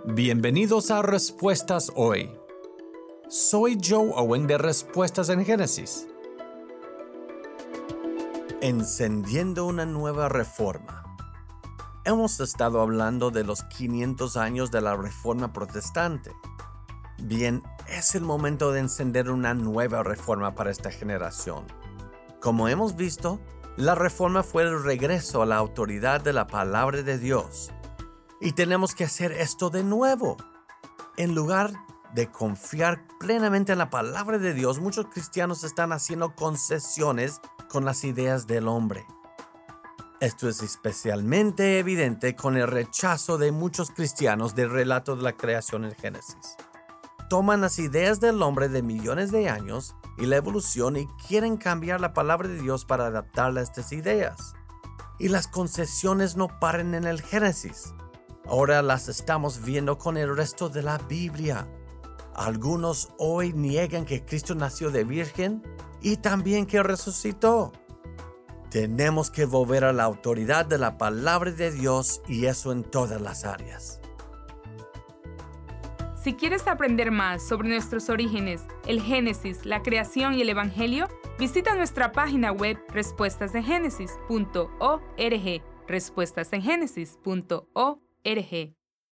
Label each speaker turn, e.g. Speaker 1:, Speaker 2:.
Speaker 1: Bienvenidos a Respuestas Hoy. Soy Joe Owen de Respuestas en Génesis. Encendiendo una nueva reforma. Hemos estado hablando de los 500 años de la Reforma Protestante. Bien, es el momento de encender una nueva reforma para esta generación. Como hemos visto, la reforma fue el regreso a la autoridad de la palabra de Dios. Y tenemos que hacer esto de nuevo. En lugar de confiar plenamente en la palabra de Dios, muchos cristianos están haciendo concesiones con las ideas del hombre. Esto es especialmente evidente con el rechazo de muchos cristianos del relato de la creación en Génesis. Toman las ideas del hombre de millones de años y la evolución y quieren cambiar la palabra de Dios para adaptarla a estas ideas. Y las concesiones no paran en el Génesis. Ahora las estamos viendo con el resto de la Biblia. Algunos hoy niegan que Cristo nació de virgen y también que resucitó. Tenemos que volver a la autoridad de la palabra de Dios y eso en todas las áreas.
Speaker 2: Si quieres aprender más sobre nuestros orígenes, el Génesis, la creación y el Evangelio, visita nuestra página web respuestasengenesis.org, respuestasengenesis.org.